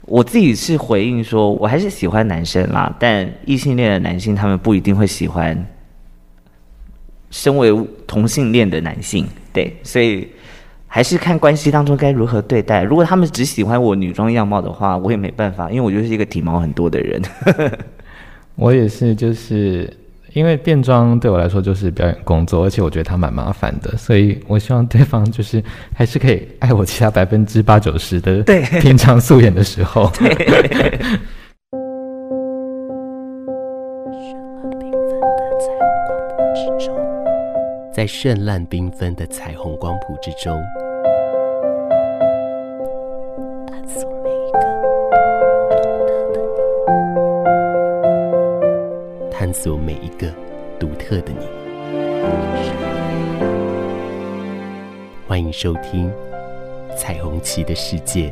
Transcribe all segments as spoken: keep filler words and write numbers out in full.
我自己是回应说，我还是喜欢男生啦，但异性恋的男性他们不一定会喜欢身为同性恋的男性，对，所以还是看关系当中该如何对待。如果他们只喜欢我女装样貌的话，我也没办法，因为我就是一个体毛很多的人。 我也是，就是因为变装对我来说就是表演工作，而且我觉得它蛮麻烦的，所以我希望对方就是还是可以爱我其他百分之八九十的平常素颜的时候。 在绚烂缤纷的彩虹光谱之中，探索每一个独特的你。欢迎收听《彩虹旗的世界》。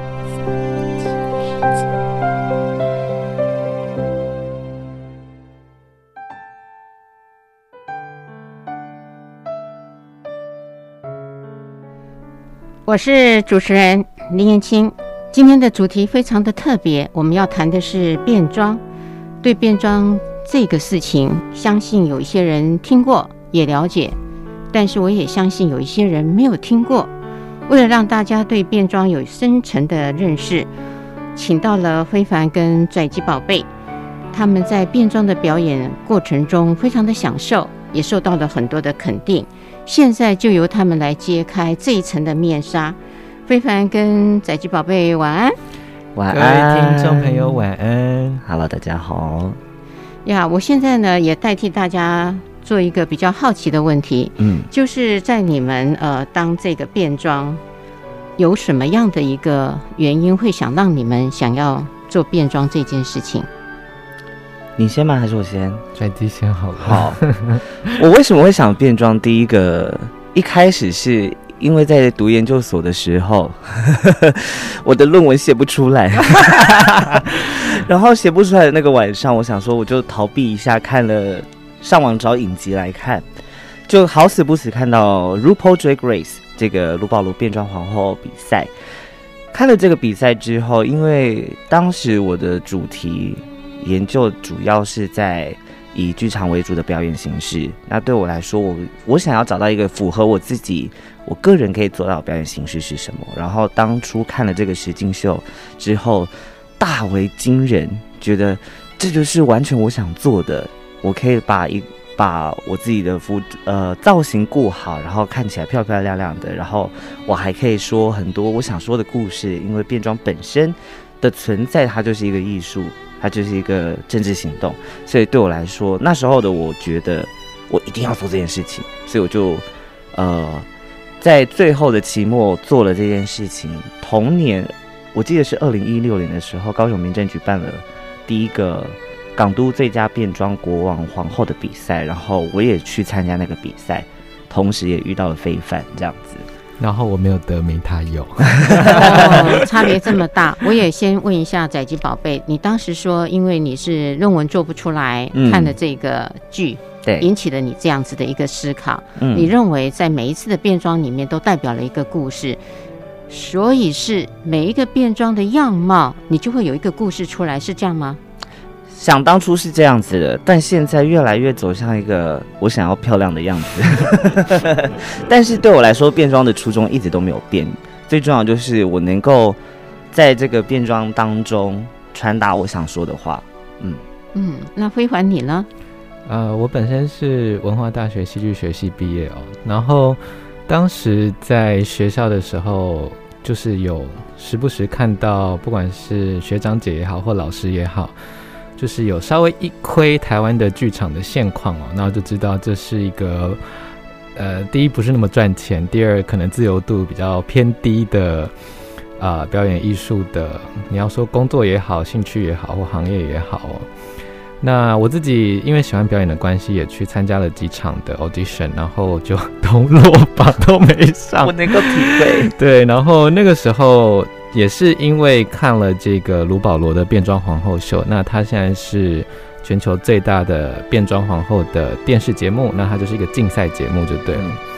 我是主持人林燕青，今天的主题非常的特别，我们要谈的是变装。对变装这个事情，相信有一些人听过也了解，但是我也相信有一些人没有听过。为了让大家对变装有深层的认识，请到了非凡跟拽鸡宝贝，他们在变装的表演过程中非常的享受，也受到了很多的肯定。现在就由他们来揭开这一层的面纱。非凡跟载鸡宝贝晚安。 晚安， 各位听众朋友晚安。 Hello， 大家好呀。我现在呢也代替大家做一个比较好奇的问题，嗯，就是在你们呃当这个变装有什么样的一个原因会想让你们想要做变装这件事情？ 你先吗？还是我先？ 拽鸡先好了。 好，我为什么会想变装？第一个，一开始是因为在读研究所的时候，我的论文写不出来，然后写不出来的那个晚上，我想说我就逃避一下，看了上网找影集来看，就好死不死看到 RuPaul Drag Race 这个卢保罗变装皇后比赛。看了这个比赛之后，因为当时我的主题研究主要是在以剧场为主的表演形式，那对我来说，我我想要找到一个符合我自己我个人可以做到的表演形式是什么。然后当初看了这个实境秀之后，大为惊人，觉得这就是完全我想做的。我可以把一把我自己的服呃造型顾好，然后看起来漂漂亮亮的，然后我还可以说很多我想说的故事，因为变装本身的存在，它就是一个艺术。它就是一个政治行动，所以对我来说，那时候的我觉得我一定要做这件事情，所以我就呃在最后的期末做了这件事情。同年，我记得是二零一六年的时候，高雄民政局办了第一个港都最佳变装国王皇后的比赛，然后我也去参加那个比赛，同时也遇到了非凡这样子。 然后我没有得名，他有。 哦，差别这么大。我也先问一下载鸡宝贝，你当时说因为你是论文做不出来，嗯、看了这个剧，对，引起了你这样子的一个思考。嗯，你认为在每一次的变装里面都代表了一个故事，所以是每一个变装的样貌，你就会有一个故事出来，是这样吗？ 想当初是这样子的，但现在越来越走向一个我想要漂亮的样子。但是对我来说，变装的初衷一直都没有变，最重要就是我能够在这个变装当中传达我想说的话。嗯嗯，那飞环你呢？ 呃，我本身是文化大学戏剧学系毕业哦，然后当时在学校的时候，就是有时不时看到，不管是学长姐也好，或老师也好。就是有稍微一窥台湾的剧场的现况哦，然后就知道这是一个，呃，第一不是那么赚钱，第二可能自由度比较偏低的，啊、呃，表演艺术的，你要说工作也好，兴趣也好，或行业也好哦。那我自己因为喜欢表演的关系，也去参加了几场的 audition， 然后就都落榜，都没上。 我能够体会。 对，然后那个时候。也是因为看了这个卢保罗的变装皇后秀，那他现在是全球最大的变装皇后的电视节目，那它就是一个竞赛节目就对了。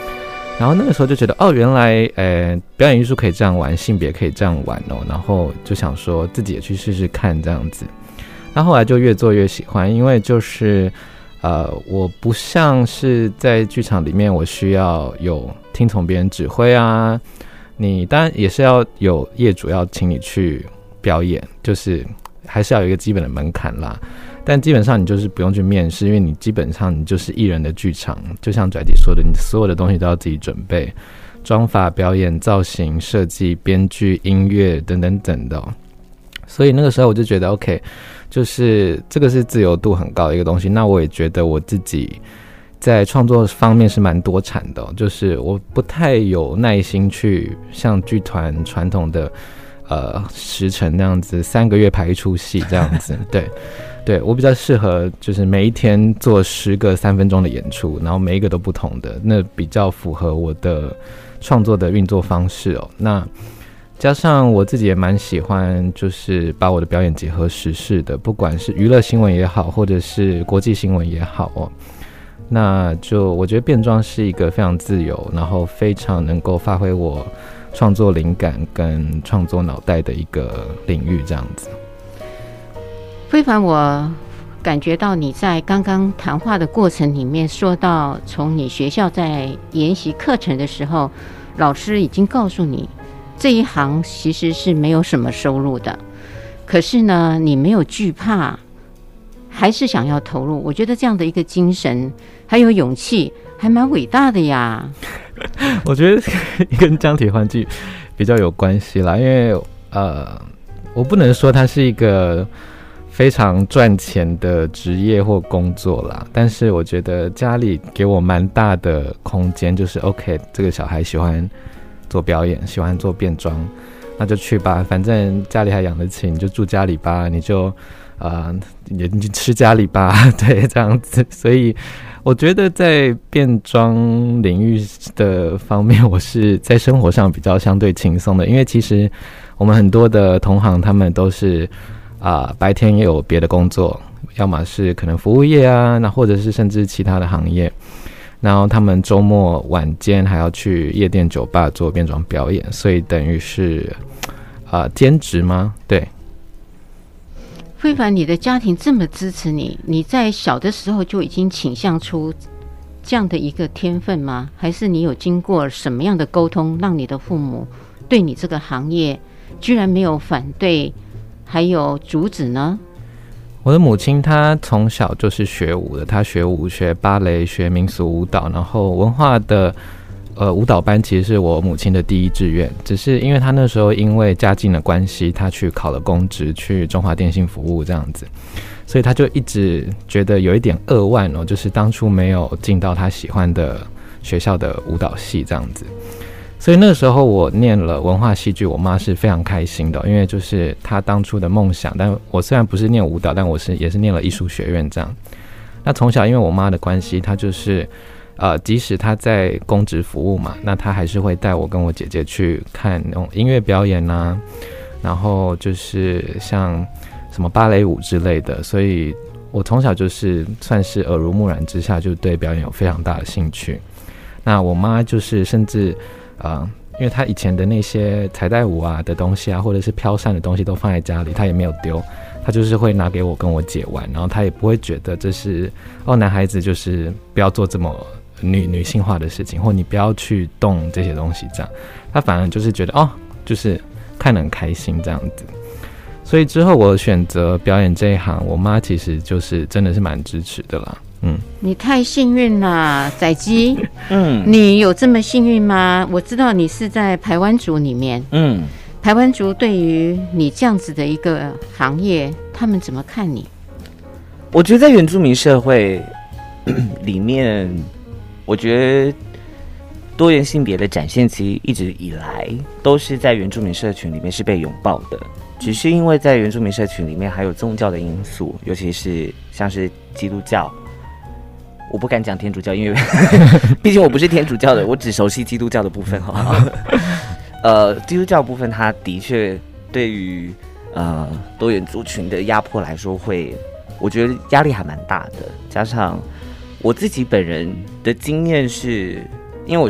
然后那个时候就觉得，哦，原来呃表演艺术可以这样玩，性别可以这样玩哦，然后就想说自己也去试试看这样子。那后来就越做越喜欢，因为就是呃我不像是在剧场里面我需要有听从别人指挥啊，你当然也是要有业主要请你去表演，就是还是要有一个基本的门槛啦。但基本上你就是不用去面试，因为你基本上你就是艺人的剧场，就像拽迪说的，你所有的东西都要自己准备，妆法、表演、造型、设计、编剧、音乐等等等的、哦。所以那个时候我就觉得 OK， 就是这个是自由度很高的一个东西。那我也觉得我自己在创作方面是蛮多产的、哦，就是我不太有耐心去像剧团传统的呃时程那样子，三个月排一出戏这样子，对。对，我比较适合就是每一天做十个三分钟的演出，然后每一个都不同的，那比较符合我的创作的运作方式哦。那加上我自己也蛮喜欢，就是把我的表演结合时事的，不管是娱乐新闻也好，或者是国际新闻也好哦。那就我觉得变装是一个非常自由，然后非常能够发挥我创作灵感跟创作脑袋的一个领域，这样子。 非凡，我感觉到你在刚刚谈话的过程里面说到，从你学校在研习课程的时候，老师已经告诉你这一行其实是没有什么收入的，可是呢你没有惧怕，还是想要投入。我觉得这样的一个精神还有勇气还蛮伟大的呀。 我觉得跟江体环境比较有关系啦，因为呃我不能说它是一个非常赚钱的职业或工作啦，但是我觉得家里给我蛮大的空间，就是 OK， 这个小孩喜欢做表演，喜欢做变装，那就去吧，反正家里还养得起，你就住家里吧，你就呃你你吃家里吧，对，这样子。所以我觉得在变装领域的方面，我是在生活上比较相对轻松的，因为其实我们很多的同行他们都是啊、呃，白天也有别的工作，要么是可能服务业啊，那或者是甚至其他的行业，然后他们周末晚间还要去夜店酒吧做变装表演，所以等于是啊、呃、兼职吗？对。 非凡，你的家庭这么支持你，你在小的时候就已经倾向出这样的一个天分吗？还是你有经过什么样的沟通，让你的父母对你这个行业居然没有反对还有阻止呢？ 我的母亲她从小就是学舞的，她学舞，学芭蕾，学民俗舞蹈，然后文化的呃舞蹈班其实是我母亲的第一志愿，只是因为她那时候因为家境的关系，她去考了公职，去中华电信服务这样子，所以她就一直觉得有一点扼腕哦，就是当初没有进到她喜欢的学校的舞蹈系这样子。所以那个时候我念了文化戏剧，我妈是非常开心的，因为就是她当初的梦想。但我虽然不是念舞蹈，但我是也是念了艺术学院这样。那从小因为我妈的关系，她就是呃，即使她在公职服务嘛，那她还是会带我跟我姐姐去看那种音乐表演啊，然后就是像什么芭蕾舞之类的。所以我从小就是算是耳濡目染之下，就对表演有非常大的兴趣。那我妈就是甚至呃，因为他以前的那些彩带舞啊的东西啊，或者是飘扇的东西都放在家里，他也没有丢，他就是会拿给我跟我姐玩，然后他也不会觉得这是哦，男孩子就是不要做这么女女性化的事情，或你不要去动这些东西这样，他反而就是觉得哦，就是看得很开心这样子。所以之后我选择表演这一行，我妈其实就是真的是蛮支持的啦。嗯， 你太幸运了，仔基。 嗯， 你有这么幸运吗？我知道你是在排湾族里面。 嗯， 排湾族对于你这样子的一个行业，他们怎么看你？ 我觉得在原住民社会里面，我觉得多元性别的展现，其实一直以来都是在原住民社群里面是被拥抱的。只是因为在原住民社群里面还有宗教的因素，尤其是像是基督教。我不敢讲天主教，因为毕竟我不是天主教的，我只熟悉基督教的部分哈。呃，基督教部分，它的确对于呃多元族群的压迫来说会，我觉得压力还蛮大的。加上我自己本人的经验是，因为我是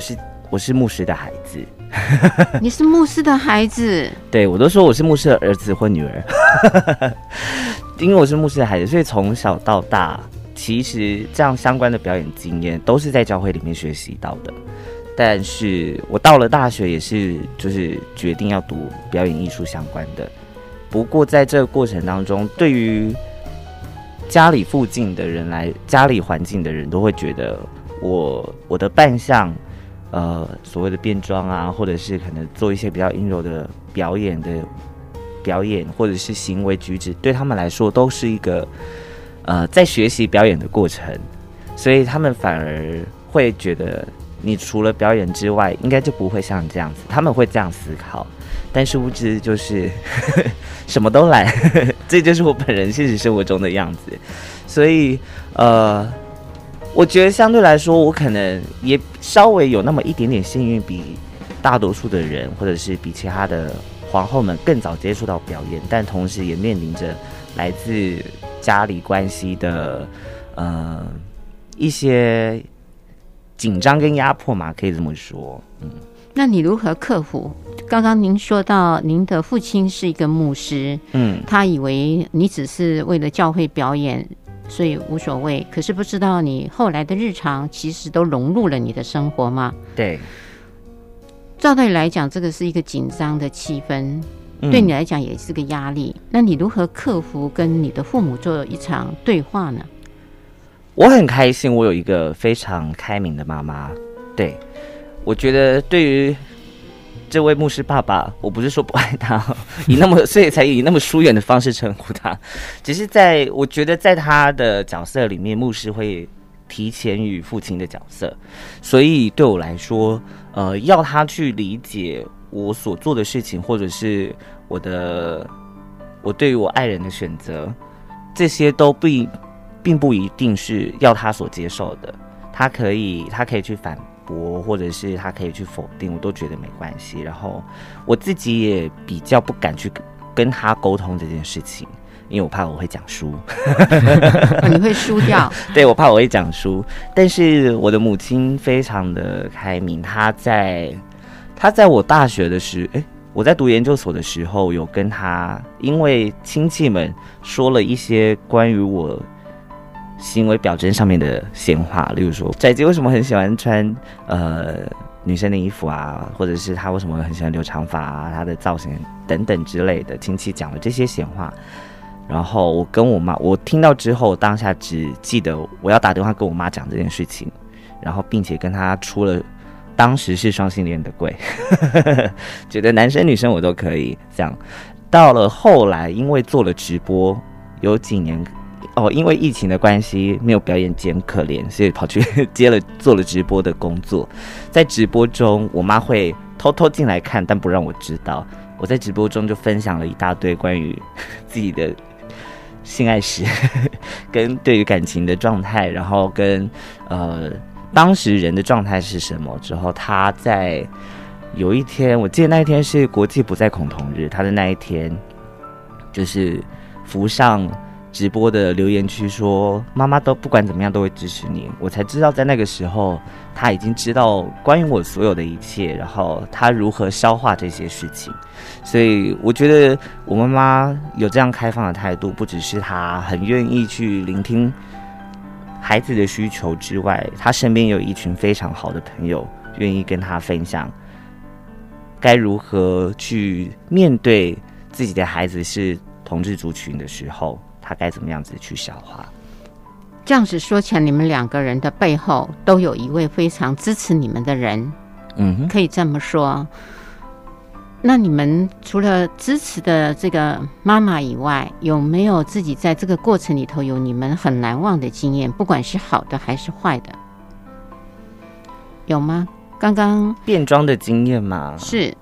我是牧师的孩子。 你是牧师的孩子？ 对，我都说我是牧师的儿子或女儿。因为我是牧师的孩子，所以从小到大，其实这样相关的表演经验都是在教会里面学习到的。但是我到了大学也是就是决定要读表演艺术相关的。不过在这个过程当中，对于家里附近的人来，家里环境的人都会觉得我我的扮相，呃，所谓的变装啊，或者是可能做一些比较阴柔的表演的表演，或者是行为举止，对他们来说都是一个呃在学习表演的过程，所以他们反而会觉得你除了表演之外，应该就不会像这样子，他们会这样思考。但殊不知就是呵呵什么都来，这就是我本人现实生活中的样子。所以呃，我觉得相对来说，我可能也稍微有那么一点点幸运，比大多数的人，或者是比其他的皇后们更早接触到表演，但同时也面临着来自家里关系的呃一些紧张跟压迫嘛，可以这么说。嗯， 那你如何克服？刚刚您说到您的父亲是一个牧师，嗯，他以为你只是为了教会表演，所以无所谓。可是不知道你后来的日常其实都融入了你的生活吗？ 对。 照道理来讲，这个是一个紧张的气氛，对你来讲也是个压力。嗯，那你如何克服跟你的父母做一场对话呢？ 我很开心，我有一个非常开明的妈妈。对，我觉得对于这位牧师爸爸，我不是说不爱他，以那么所以才以那么疏远的方式称呼他，只是在我觉得在他的角色里面，牧师会提前于父亲的角色，所以对我来说，呃，要他去理解我所做的事情，或者是我的我对于我爱人的选择，这些都不并不一定是要他所接受的，他可以他可以去反驳，或者是他可以去否定，我都觉得没关系。然后我自己也比较不敢去跟他沟通这件事情，因为我怕我会讲输。 哦，你会输掉？ 对，我怕我会讲输。但是我的母亲非常的开明，她在她在我大学的时候，哎，我在读研究所的时候，有跟她，因为亲戚们说了一些关于我行为表征上面的闲话，例如说仔姐为什么很喜欢穿呃女生的衣服啊，或者是她为什么很喜欢留长发啊，她的造型等等之类的，亲戚讲了这些闲话，然后我跟我妈，我听到之后，我当下只记得我要打电话跟我妈讲这件事情，然后并且跟她出了当时是双性恋的柜，觉得男生女生我都可以这样。到了后来，因为做了直播，有几年。哦，因为疫情的关系，没有表演节目可怜，所以跑去接了做了直播的工作。在直播中，我妈会偷偷进来看，但不让我知道。我在直播中就分享了一大堆关于自己的性爱史，跟对于感情的状态，然后跟呃当时人的状态是什么。之后，她在有一天，我记得那一天是国际不再恐同日，她的那一天就是浮上直播的留言区说，妈妈都不管怎么样都会支持你。我才知道在那个时候她已经知道关于我所有的一切，然后她如何消化这些事情。所以我觉得我妈妈有这样开放的态度，不只是她很愿意去聆听孩子的需求之外，她身边有一群非常好的朋友愿意跟她分享该如何去面对自己的孩子是同志族群的时候，他该怎么样子去消化。 这样子说起来，你们两个人的背后都有一位非常支持你们的人，嗯，可以这么说。那你们除了支持的这个妈妈以外，有没有自己在这个过程里头有你们很难忘的经验，不管是好的还是坏的，有吗？刚刚变装的经验吗？ 是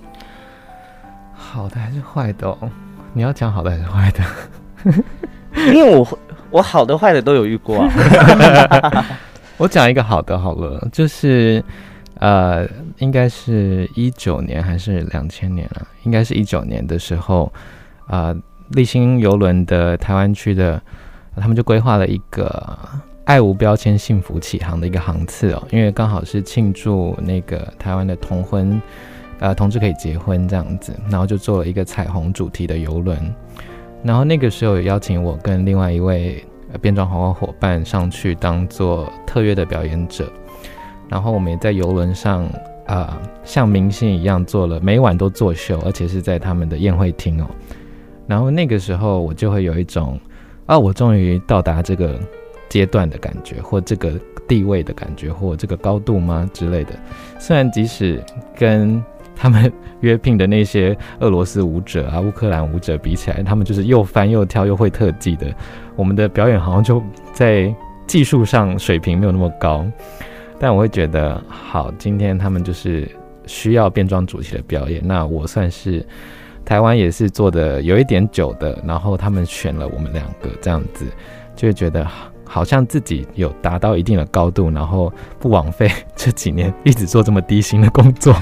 好的还是坏的哦？你要讲好的还是坏的？ 因为我我好的坏的都有遇过啊。 我讲一个好的好了，就是呃，应该是一九年还是两千年了？应该是一九年的时候，呃，立新邮轮的台湾区的，他们就规划了一个爱无标签幸福启航的一个航次哦，因为刚好是庆祝那个台湾的同婚，呃，同志可以结婚这样子，然后就做了一个彩虹主题的邮轮，然后那个时候有邀请我跟另外一位呃变装皇后伙伴上去当做特约的表演者，然后我们也在邮轮上。呃，像明星一样做了，每晚都做秀，而且是在他们的宴会厅哦。然后那个时候我就会有一种，啊，我终于到达这个阶段的感觉，或这个地位的感觉，或这个高度吗之类的。虽然即使跟他们约聘的那些俄罗斯舞者啊、乌克兰舞者比起来，他们就是又翻又跳又会特技的，我们的表演好像就在技术上水平没有那么高。但我会觉得好，今天他们就是需要变装主题的表演，那我算是台湾也是做的有一点久的，然后他们选了我们两个这样子，就会觉得好像自己有达到一定的高度，然后不枉费这几年一直做这么低薪的工作。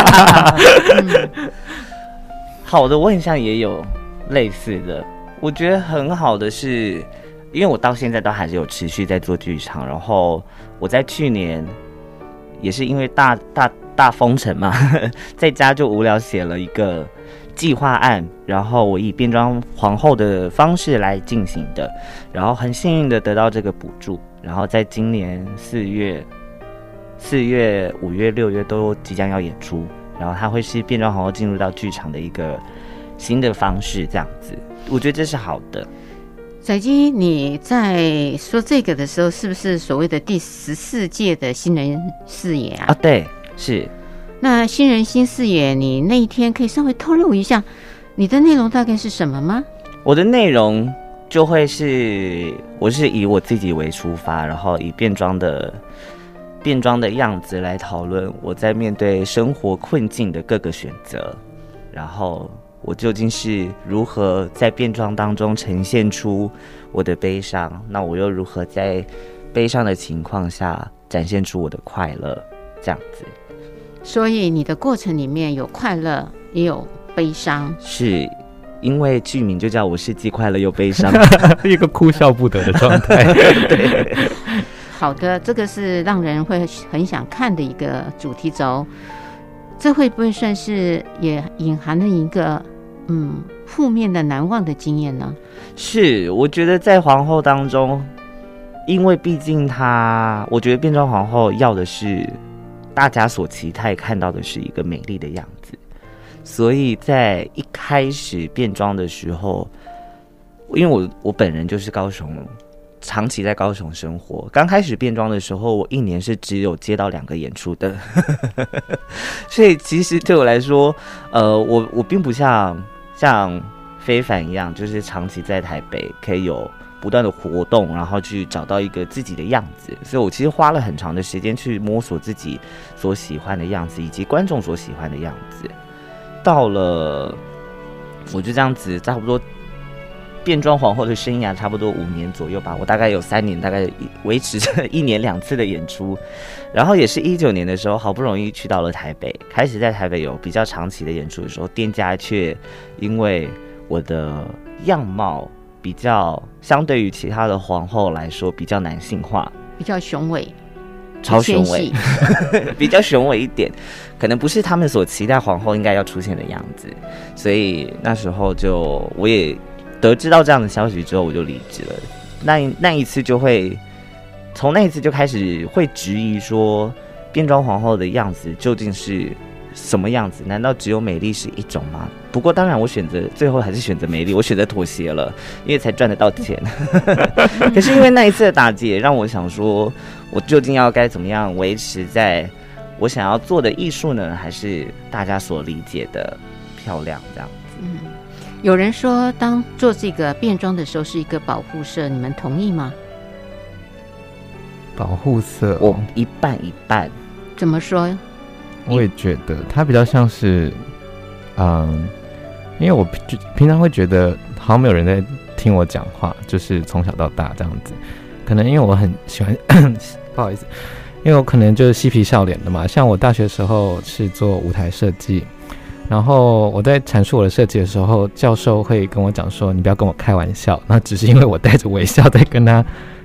好的，我很像也有类似的，我觉得很好的是因为我到现在都还是有持续在做剧场，然后我在去年也是因为大大大封城嘛，在家就无聊写了一个计划案，然后我以变装皇后的方式来进行的，然后很幸运的得到这个补助，然后在今年四月、四月、五月、六月都即将要演出，然后它会是变装皇后进入到剧场的一个新的方式，这样子，我觉得这是好的。 载基，你在说这个的时候，是不是所谓的第十四届的新人视野啊？ 啊，对，是。 那新人新视野，你那一天可以稍微透露一下，你的内容大概是什么吗？ 我的内容就会是，我是以我自己为出发，然后以变装的变装的样子来讨论我在面对生活困境的各个选择，然后我究竟是如何在变装当中呈现出我的悲伤，那我又如何在悲伤的情况下展现出我的快乐，这样子。 所以你的过程里面有快乐也有悲伤， 是因为剧名就叫我是既快乐又悲伤， 一个哭笑不得的状态。 对， 好的，这个是让人会很想看的一个主题轴，这会不会算是也隐含了一个嗯负面的难忘的经验呢？ 是，我觉得在皇后当中，因为毕竟她，我觉得变装皇后要的是大家所期待看到的是一个美丽的样子，所以在一开始变装的时候，因为我我本人就是高雄，长期在高雄生活，刚开始变装的时候，我一年是只有接到两个演出的，所以其实对我来说，呃，我我并不像像非凡一样，就是长期在台北可以有不断的活动，然后去找到一个自己的样子，所以我其实花了很长的时间去摸索自己所喜欢的样子，以及观众所喜欢的样子。到了，我就这样子差不多变装皇后的生涯差不多五年左右吧，我大概有三年，大概维持着一年两次的演出，然后也是一九年的时候，好不容易去到了台北，开始在台北有比较长期的演出的时候，店家却因为我的样貌比较相对于其他的皇后来说比较男性化， 比较雄伟， 超雄伟，比较雄伟一点，可能不是他们所期待皇后应该要出现的样子，所以那时候就我也得知到这样的消息之后，我就离职了。那那一次就会从那一次就开始会质疑说，变装皇后的样子究竟是什么样子？难道只有美丽是一种吗？不过当然，我选择最后还是选择美丽，我选择妥协了，因为才赚得到钱。可是因为那一次的打击，让我想说，我究竟要该怎么样维持在我想要做的艺术呢？还是大家所理解的漂亮这样子？ 嗯，有人说，当做这个变装的时候是一个保护色，你们同意吗？ 保护色、哦， 我一半一半。 怎么说？ 我也觉得它比较像是，嗯，因为我平常会觉得好像没有人在听我讲话，就是从小到大这样子。可能因为我很喜欢，不好意思，因为我可能就是嬉皮笑脸的嘛。像我大学的时候是做舞台设计，然后我在阐述我的设计的时候，教授会跟我讲说：“你不要跟我开玩笑。”那只是因为我带着微笑在跟他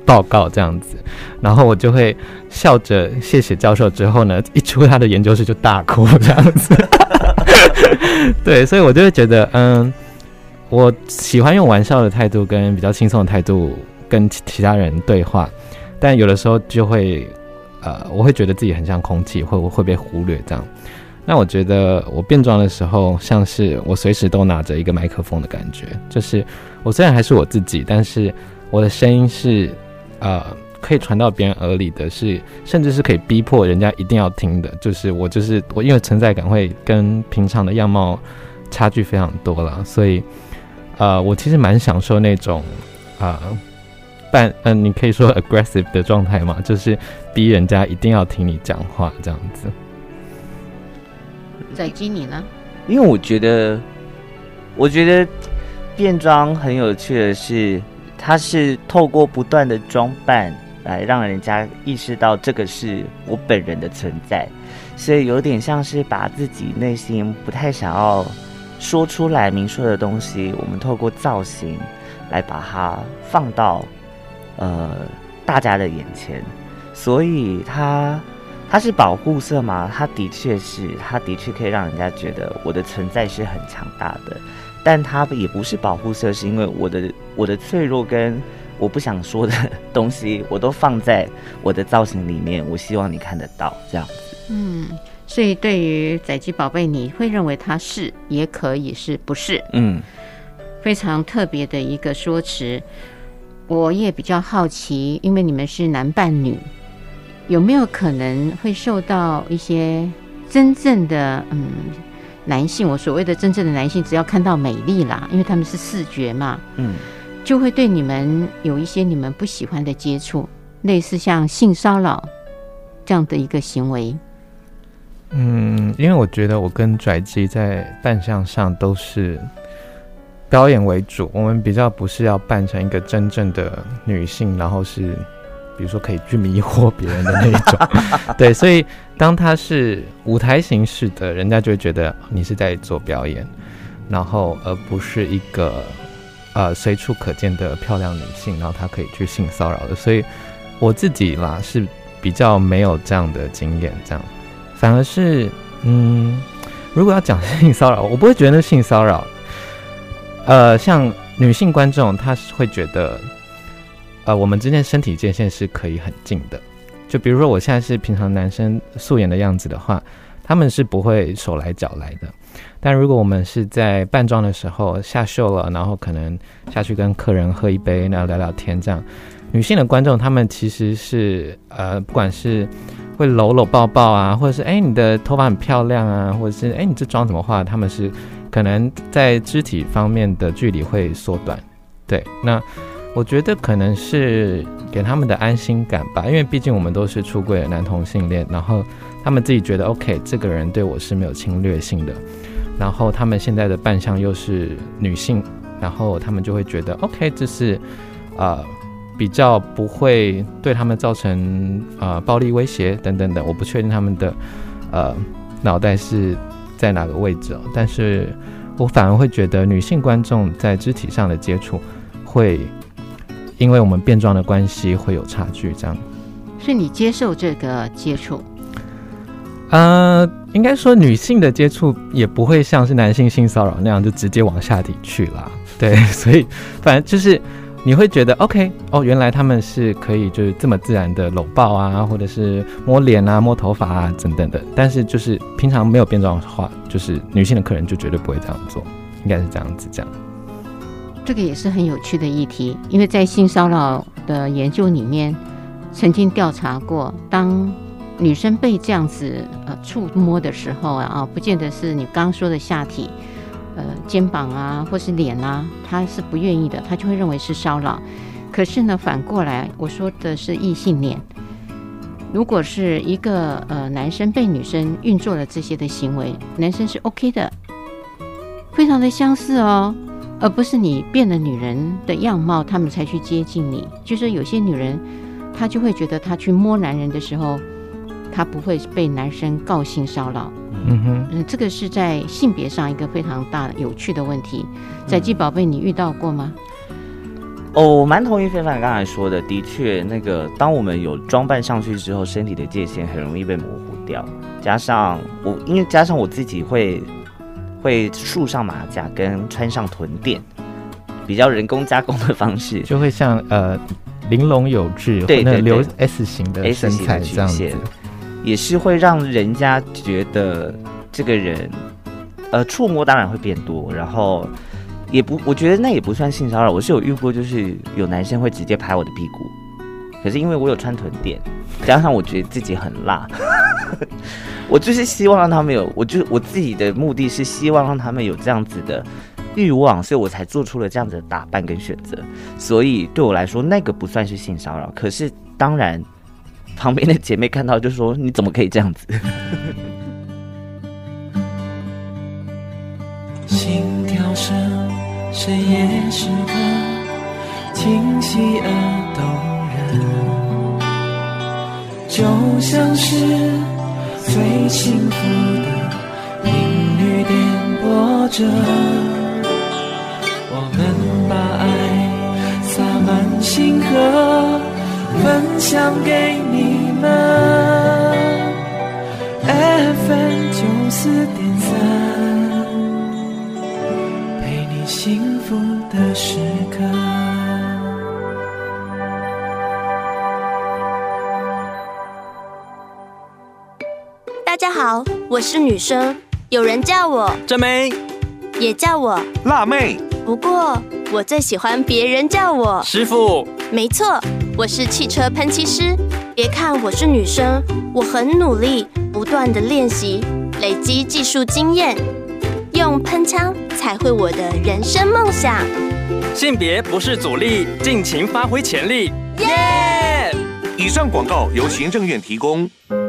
报告这样子，然后我就会笑着谢谢教授之后呢，一出他的研究室就大哭这样子。对，所以我就会觉得，嗯，我喜欢用玩笑的态度跟比较轻松的态度跟其他人对话，但有的时候就会，呃，我会觉得自己很像空气，会会被忽略这样。那我觉得我变装的时候，像是我随时都拿着一个麦克风的感觉，就是我虽然还是我自己，但是我的声音是呃可以传到别人耳里的是，甚至是可以逼迫人家一定要听的。就是我就是我，因为存在感会跟平常的样貌差距非常多了，所以呃我其实蛮享受那种啊。呃半嗯、呃，你可以说 aggressive 的状态嘛，就是逼人家一定要听你讲话这样子。 载基你呢？ 因为我觉得，我觉得变装很有趣的是，它是透过不断的装扮来让人家意识到这个是我本人的存在，所以有点像是把自己内心不太想要说出来明说的东西，我们透过造型来把它放到呃大家的眼前，所以它它是保护色吗？它的确是，它的确可以让人家觉得我的存在是很强大的，但它也不是保护色，是因为我的我的脆弱跟我不想说的东西，我都放在我的造型里面，我希望你看得到这样子。 嗯，所以对于载基宝贝，你会认为它是，也可以是不是？嗯，非常特别的一个说辞。我也比较好奇，因为你们是男扮女，有没有可能会受到一些真正的嗯男性，我所谓的真正的男性，只要看到美丽啦，因为他们是视觉嘛，嗯，就会对你们有一些你们不喜欢的接触，类似像性骚扰这样的一个行为。 嗯，因为我觉得我跟拽基在扮相上都是表演为主，我们比较不是要扮成一个真正的女性，然后是比如说可以去迷惑别人的那一种。对，所以当她是舞台形式的，人家就会觉得你是在做表演，然后而不是一个呃随处可见的漂亮女性，然后她可以去性骚扰的。所以我自己啦是比较没有这样的经验，这样反而是嗯，如果要讲性骚扰，我不会觉得那性骚扰。呃，像女性观众，她会觉得，呃，我们之间身体界限是可以很近的。就比如说，我现在是平常男生素颜的样子的话，他们是不会手来脚来的。但如果我们是在扮装的时候下秀了，然后可能下去跟客人喝一杯，然后聊聊天，这样，女性的观众他们其实是呃，不管是会搂搂抱抱啊，或者是哎你的头发很漂亮啊，或者是哎你这妆怎么画，他们是可能在肢体方面的距离会缩短。对，那我觉得可能是给他们的安心感吧，因为毕竟我们都是出柜的男同性恋，然后他们自己觉得 OK 这个人对我是没有侵略性的，然后他们现在的扮相又是女性，然后他们就会觉得 OK 这是呃比较不会对他们造成呃暴力威胁等等的。我不确定他们的呃脑袋是在哪个位置哦，但是我反而会觉得女性观众在肢体上的接触会因为我们变装的关系会有差距，这样。 所以你接受这个接触？ 呃，应该说女性的接触也不会像是男性性骚扰那样就直接往下体去啦。对，所以反正就是你会觉得 OK 哦，原来他们是可以就是这么自然的搂抱啊，或者是摸脸啊、摸头发啊等等的。但是就是平常没有变装的话，就是女性的客人就绝对不会这样做，应该是这样子这样。 这个也是很有趣的议题，因为在性骚扰的研究里面，曾经调查过，当女生被这样子呃触摸的时候啊，啊，不见得是你刚刚说的下体。呃，肩膀啊，或是脸啊，他是不愿意的，他就会认为是骚扰。可是呢，反过来，我说的是异性恋，如果是一个呃男生被女生运作了这些的行为，男生是 OK 的，非常的相似哦，而不是你变了女人的样貌，他们才去接近你。就是有些女人，她就会觉得她去摸男人的时候，她不会被男生告性骚扰。嗯哼，嗯，这个是在性别上一个非常大的有趣的问题。载基宝贝，你遇到过吗？ 哦，我蛮同意非凡刚才说的，的确，那个当我们有装扮上去之后，身体的界限很容易被模糊掉。加上我，因为加上我自己会会束上马甲跟穿上臀垫，比较人工加工的方式， 就会像呃玲珑有致， 对对对， 留 S 型的身材这样子， 也是会让人家觉得这个人，呃，触摸当然会变多，然后。也不，我觉得那也不算性骚扰。我是有遇过，就是有男生会直接拍我的屁股，可是因为我有穿臀垫，加上我觉得自己很辣，我就是希望让他们有，我就我自己的目的是希望让他们有这样子的欲望，所以我才做出了这样子的打扮跟选择。所以对我来说，那个不算是性骚扰。可是当然，旁边的姐妹看到就说：“你怎么可以这样子？” 心跳声深夜时刻清晰而动人，就像是最幸福的频率点播着，我们把爱洒满星河，分享给你们。 F M 九四点三，幸福的时刻。 大家好，我是女生，有人叫我正妹， 也叫我辣妹， 不过我最喜欢别人叫我师傅。 没错，我是汽车喷漆师。别看我是女生，我很努力，不断的练习，累积技术经验。用喷枪才会我的人生梦想。 性别不是阻力，尽情发挥潜力。耶！ 以上广告由行政院提供。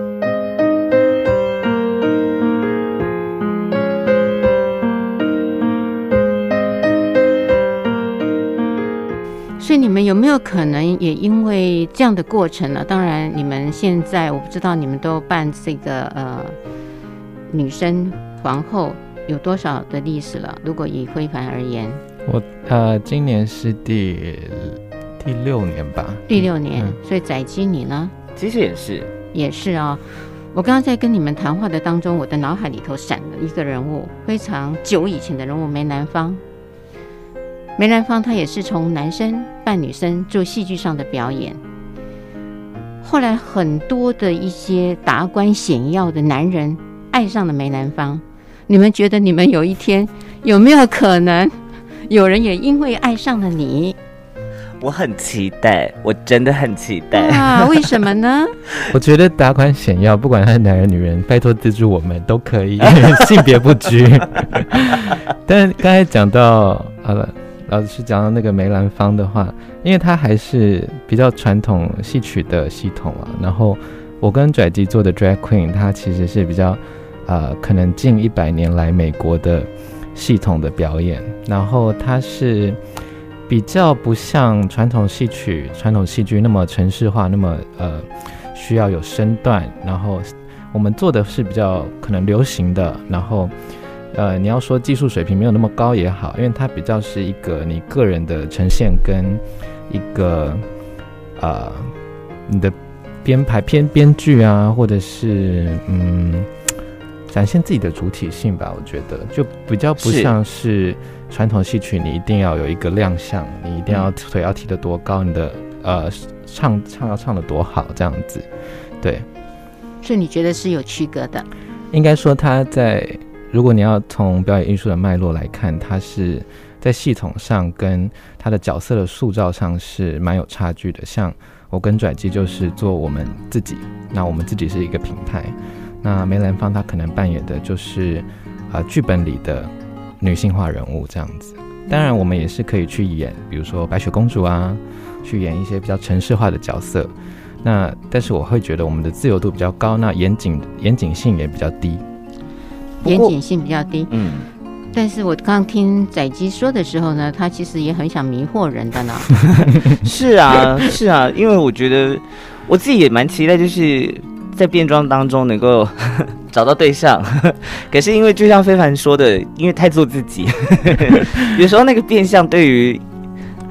所以你们有没有可能也因为这样的过程呢？当然，你们现在我不知道你们都办这个呃女生皇后。有多少的历史了？如果以非凡而言， 我呃今年是第第六年吧， 第六年。嗯、所以载基你呢？ 其实也是， 也是啊、哦。我刚刚在跟你们谈话的当中，我的脑海里头闪了一个人物，非常久以前的人物梅兰芳。梅兰芳他也是从男生扮女生做戏剧上的表演，后来很多的一些达官显要的男人爱上了梅兰芳。你们觉得你们有一天有没有可能有人也因为爱上了你？ 我很期待，我真的很期待啊！为什么呢？ 我觉得达官显要，不管他是男人女人，拜托资助我们都可以，性别不拘。但是刚才讲到呃，老师讲到那个梅兰芳的话，因为他还是比较传统戏曲的系统啊，然后我跟拽基做的 Drag Queen， 他其实是比较。呃，可能近一百年来美国的系统的表演，然后它是比较不像传统戏曲、传统戏剧那么程式化，那么呃需要有身段，然后我们做的是比较可能流行的，然后呃你要说技术水平没有那么高也好，因为它比较是一个你个人的呈现跟一个呃你的编排编编剧啊，或者是嗯。展现自己的主体性吧，我觉得就比较不像是传统戏曲，你一定要有一个亮相，你一定要腿要提得多高，你的呃唱唱要唱得多好，这样子，对。 所以你觉得是有区隔的？ 应该说他在，如果你要从表演艺术的脉络来看，他是在系统上跟他的角色的塑造上是蛮有差距的。像我跟拽基就是做我们自己，那我们自己是一个品牌。那梅兰芳她可能扮演的就是呃剧本里的女性化人物这样子。当然我们也是可以去演比如说白雪公主啊，去演一些比较程式化的角色，那但是我会觉得我们的自由度比较高，那严谨严谨性也比较低。 严谨性比较低， 嗯。 但是我刚刚听载基说的时候呢，他其实也很想迷惑人的呢。 是啊是啊，因为我觉得我自己也蛮期待就是在变装当中能够找到对象，可是因为就像非凡说的，因为太做自己，有时候那个变相对于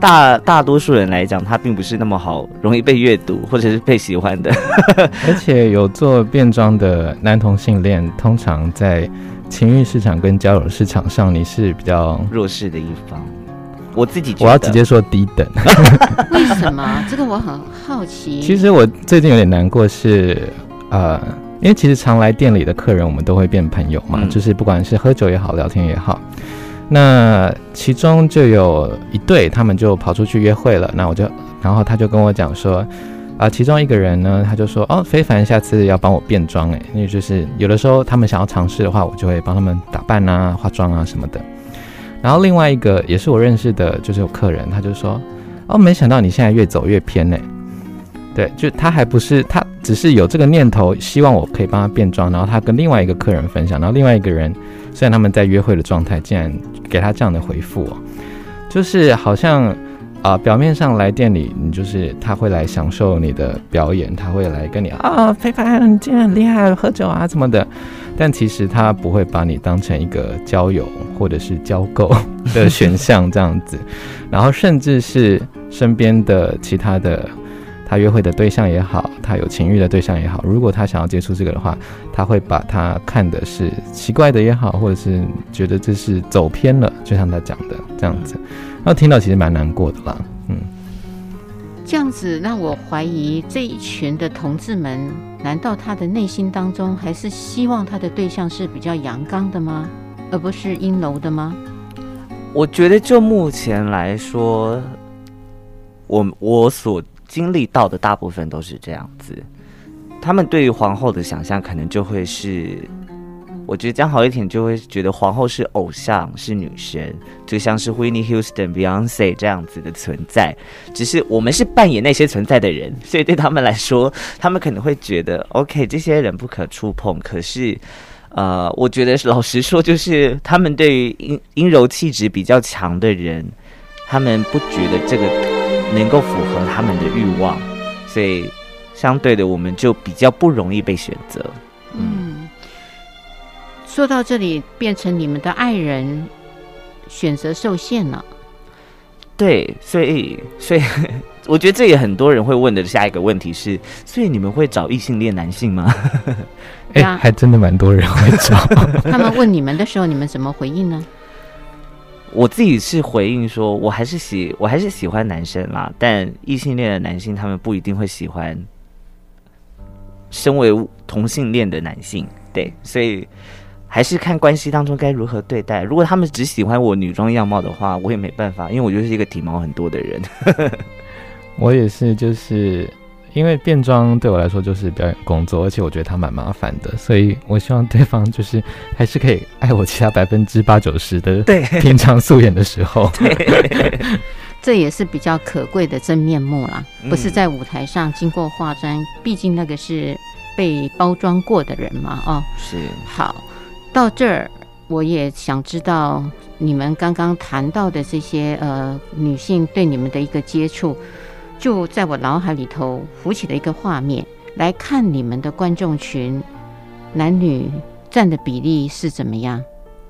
大大多数人来讲，它并不是那么好容易被阅读或者是被喜欢的。 而且有做变装的男同性恋，通常在情欲市场跟交友市场上，你是比较弱势的一方。我自己觉得， 我要直接说低等。 为什么？这个我很好奇。 其实我最近有点难过是，呃，因为其实常来店里的客人，我们都会变朋友嘛，嗯、就是不管是喝酒也好，聊天也好。那其中就有一对，他们就跑出去约会了。那我就，然后他就跟我讲说，啊、呃，其中一个人呢，他就说，哦，非凡下次要帮我变装，哎，因为就是有的时候他们想要尝试的话，我就会帮他们打扮啊、化妆啊什么的。然后另外一个也是我认识的，就是有客人，他就说，哦，没想到你现在越走越偏呢。对，就他还不是，他只是有这个念头，希望我可以帮他变装，然后他跟另外一个客人分享，然后另外一个人虽然他们在约会的状态，竟然给他这样的回复哦，就是好像啊、呃，表面上来店里，你就是他会来享受你的表演，他会来跟你啊，非凡，你今天很厉害，喝酒啊什么的。但其实他不会把你当成一个交友或者是交购的选项这样子，然后甚至是身边的其他的他约会的对象也好，他有情欲的对象也好，如果他想要接触这个的话，他会把他看的是奇怪的也好，或者是觉得这是走偏了，就像他讲的这样子，然后听到其实蛮难过的啦。嗯， 这样子让我怀疑这一群的同志们，难道他的内心当中还是希望他的对象是比较阳刚的吗，而不是阴柔的吗？ 我觉得就目前来说，我我所经历到的大部分都是这样子。他们对于皇后的想象可能就会是，我觉得讲好一点，就会觉得皇后是偶像，是女神，就像是 Whitney Houston、Beyonce 这样子的存在。只是我们是扮演那些存在的人，所以对他们来说，他们可能会觉得 OK， 这些人不可触碰。可是，呃，我觉得老实说，就是他们对于阴阴柔气质比较强的人，他们不觉得这个能够符合他们的欲望，所以相对的，我们就比较不容易被选择。 嗯，说到这里，变成你们的爱人选择受限了。 对，所以所以我觉得这也很多人会问的下一个问题是：所以你们会找异性恋男性吗？ 哎、欸，还真的蛮多人会找。 他们问你们的时候，你们怎么回应呢？ 我自己是回应说，我还是喜我还是喜欢男生啦，但异性恋的男性他们不一定会喜欢身为同性恋的男性，对，所以还是看关系当中该如何对待。如果他们只喜欢我女装样貌的话，我也没办法，因为我就是一个体毛很多的人。 我也是，就是因为变装对我来说就是表演工作，而且我觉得它蛮麻烦的，所以我希望对方就是还是可以爱我其他百分之八九十的平常素颜的时候。 这也是比较可贵的真面目啦，不是在舞台上经过化妆，毕竟那个是被包装过的人嘛。哦， 是。 好，到这儿我也想知道你们刚刚谈到的这些呃女性对你们的一个接触，就在我脑海里头浮起了一个画面，来看你们的观众群男女占的比例是怎么样？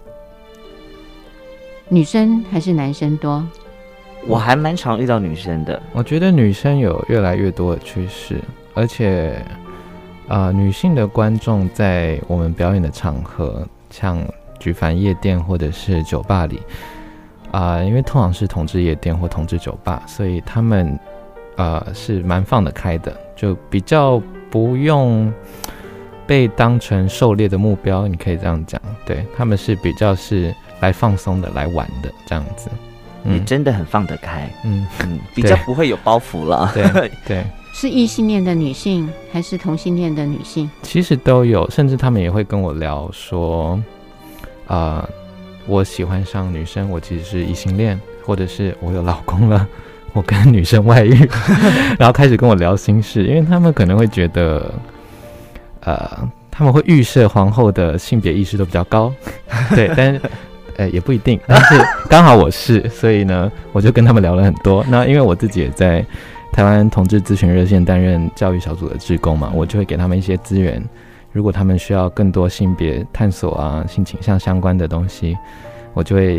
女生还是男生多？ 我还蛮常遇到女生的。 我觉得女生有越来越多的趋势，而且呃，女性的观众在我们表演的场合，像举凡夜店或者是酒吧里啊、呃，因为通常是同志夜店或同志酒吧，所以他们呃是蛮放得开的，就比较不用被当成狩猎的目标，你可以这样讲。对，他们是比较是来放松的，来玩的这样子。 你真的很放得开， 嗯嗯，比较不会有包袱了。 对对， 是异性恋的女性还是同性恋的女性？ 其实都有，甚至他们也会跟我聊说，啊、呃，我喜欢上女生，我其实是异性恋，或者是我有老公了，我跟女生外遇，然后开始跟我聊心事，因为他们可能会觉得，呃，他们会预设皇后的性别意识都比较高，对，但是。呃，也不一定，但是刚好我是，所以呢，我就跟他们聊了很多。那因为我自己也在台湾同志咨询热线担任教育小组的志工嘛，我就会给他们一些资源。如果他们需要更多性别探索啊、性倾向相关的东西，我就会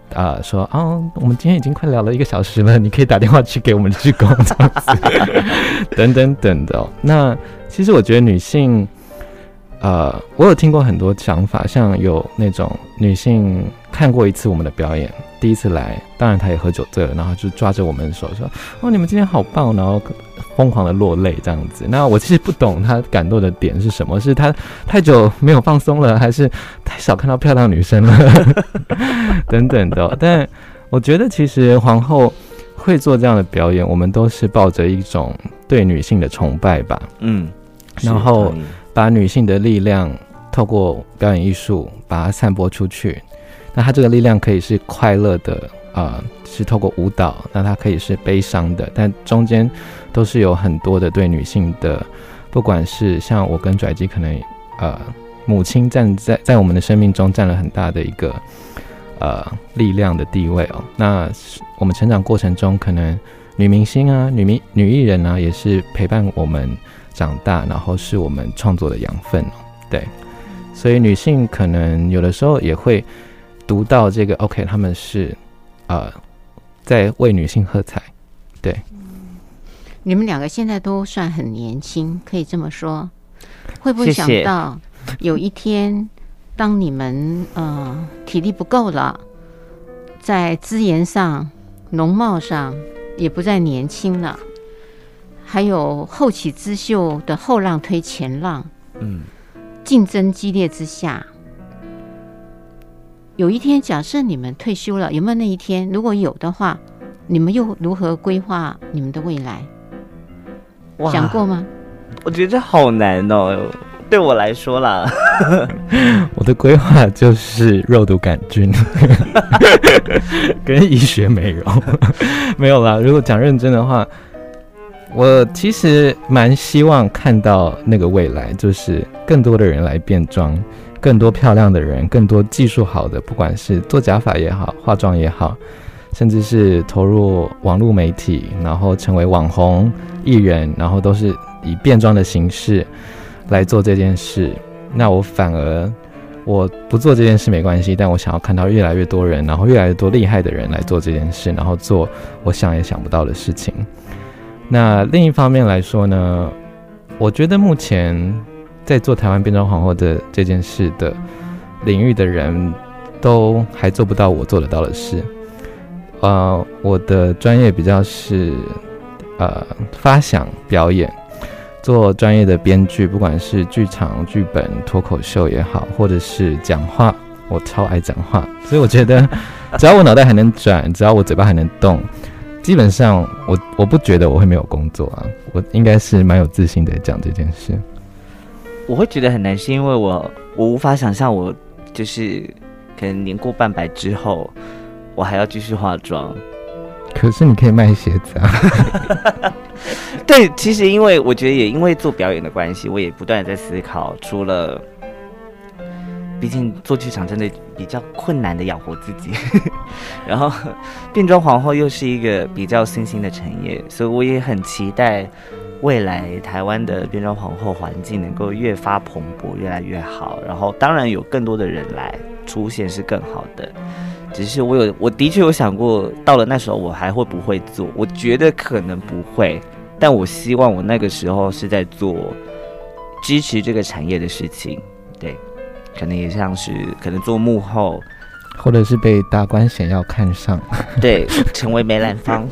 呃说哦，我们今天已经快聊了一个小时了，你可以打电话去给我们的志工这样子等等等的、哦。那其实我觉得女性。呃，我有听过很多想法，像有那种女性看过一次我们的表演，第一次来，当然她也喝酒醉了，然后就抓着我们的手说：“哦，你们今天好棒！”然后疯狂的落泪这样子。那我其实不懂她感动的点是什么，是她太久没有放松了，还是太少看到漂亮女生了等等的、哦。但我觉得其实皇后会做这样的表演，我们都是抱着一种对女性的崇拜吧。嗯，然后。把女性的力量透过表演艺术把它散播出去，那它这个力量可以是快乐的，呃，是透过舞蹈，那它可以是悲伤的，但中间都是有很多的对女性的，不管是像我跟拽鸡可能呃母亲站在在我们的生命中占了很大的一个呃力量的地位哦，那我们成长过程中可能女明星啊女明女艺人啊也是陪伴我们长大，然后是我们创作的养分哦。对，所以女性可能有的时候也会读到这个 OK， 他们是呃在为女性喝彩。对， 你们两个现在都算很年轻，可以这么说。会不会想到有一天，当你们呃体力不够了，在资源上、容貌上也不再年轻了？还有后起之秀的后浪推前浪，嗯，竞争激烈之下，有一天假设你们退休了，有没有那一天？如果有的话，你们又如何规划你们的未来？想过吗？ 我觉得这好难哦，对我来说啦。 我的规划就是肉毒杆菌跟医学美容没有啦。如果讲认真的话，我其实蛮希望看到那个未来，就是更多的人来变装，更多漂亮的人，更多技术好的，不管是做假发也好，化妆也好，甚至是投入网络媒体，然后成为网红艺人，然后都是以变装的形式来做这件事。那我反而我不做这件事没关系，但我想要看到越来越多人，然后越来越多厉害的人来做这件事，然后做我想也想不到的事情。那另一方面来说呢，我觉得目前在做台湾变装皇后的这件事的领域的人都还做不到我做得到的事。呃，我的专业比较是呃发想表演，做专业的编剧，不管是剧场、剧本、脱口秀也好，或者是讲话，我超爱讲话，所以我觉得只要我脑袋还能转，只要我嘴巴还能动，基本上我我不觉得我会没有工作啊，我应该是蛮有自信的讲这件事。 我会觉得很难，是因为我我无法想象我就是可能年过半百之后，我还要继续化妆。 可是你可以卖鞋子啊。 对，其实因为我觉得也因为做表演的关系，我也不断的在思考，除了毕竟做剧场真的比较困难的养活自己然后变装皇后又是一个比较新兴的产业，所以我也很期待未来台湾的变装皇后环境能够越发蓬勃，越来越好，然后当然有更多的人来出现是更好的。只是我有我的确有想过，到了那时候我还会不会做，我觉得可能不会，但我希望我那个时候是在做支持这个产业的事情。对，可能也像是可能做幕后， 或者是被大官显要看上， 对，成为梅兰芳。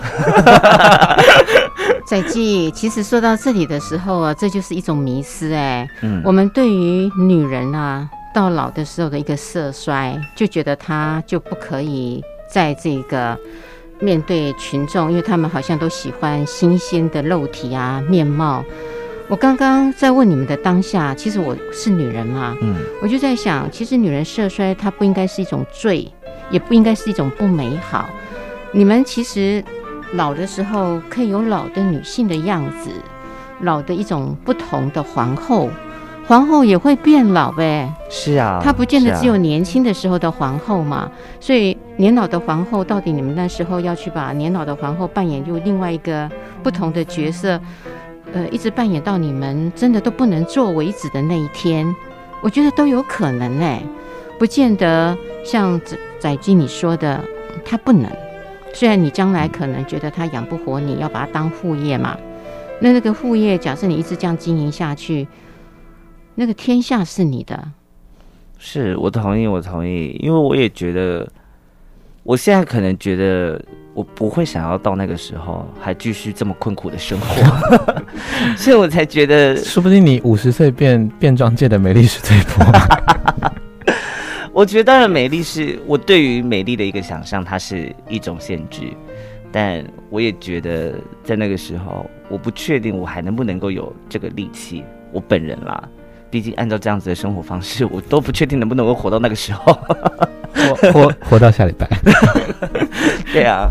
载记，其实说到这里的时候啊，这就是一种迷思哎、 嗯。 我们对于女人啊，到老的时候的一个色衰，就觉得她就不可以在这个面对群众，因为他们好像都喜欢新鲜的肉体啊、面貌。我刚刚在问你们的当下，其实我是女人嘛，嗯，我就在想，其实女人色衰，它不应该是一种罪，也不应该是一种不美好。你们其实老的时候可以有老的女性的样子，老的一种不同的皇后，皇后也会变老呗。 是啊， 她不见得只有年轻的时候的皇后嘛、啊、所以年老的皇后，到底你们那时候要去把年老的皇后扮演就另外一个不同的角色，呃，一直扮演到你们真的都不能做为止的那一天，我觉得都有可能哎，不见得像载基你说的， 他不能。虽然你将来可能觉得他养不活你，要把它当副业嘛，那那个副业，假设你一直这样经营下去，那个天下是你的。 是我同意，我同意，因为我也觉得，我现在可能觉得我不会想要到那个时候还继续这么困苦的生活，所以我才觉得， 说不定你五十岁变变装界的美丽史最波。 我觉得当然美丽是我对于美丽的一个想象，它是一种限制，但我也觉得在那个时候，我不确定我还能不能够有这个力气，我本人啦。毕竟按照这样子的生活方式，我都不确定能不能够活到那个时候。 活活活到下礼拜。 对啊，